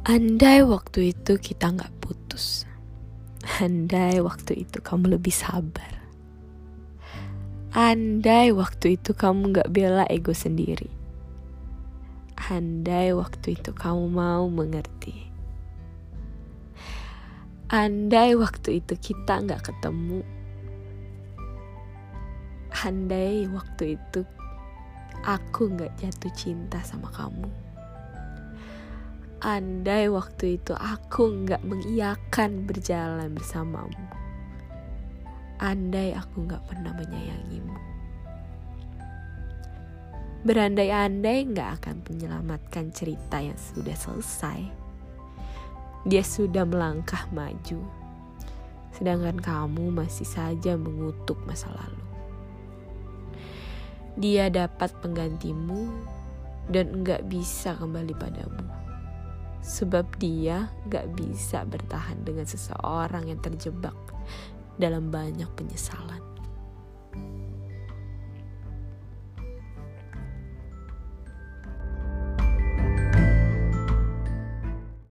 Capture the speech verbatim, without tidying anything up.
Andai waktu itu kita gak putus. Andai waktu itu kamu lebih sabar. Andai waktu itu kamu gak bela ego sendiri. Andai waktu itu kamu mau mengerti. Andai waktu itu kita gak ketemu. Andai waktu itu aku gak jatuh cinta sama kamu. Andai waktu itu aku gak mengiyakan berjalan bersamamu. Andai aku gak pernah menyayangimu. Berandai-andai gak akan menyelamatkan cerita yang sudah selesai. Dia sudah melangkah maju, sedangkan kamu masih saja mengutuk masa lalu. Dia dapat penggantimu dan gak bisa kembali padamu. Sebab dia gak bisa bertahan dengan seseorang yang terjebak dalam banyak penyesalan.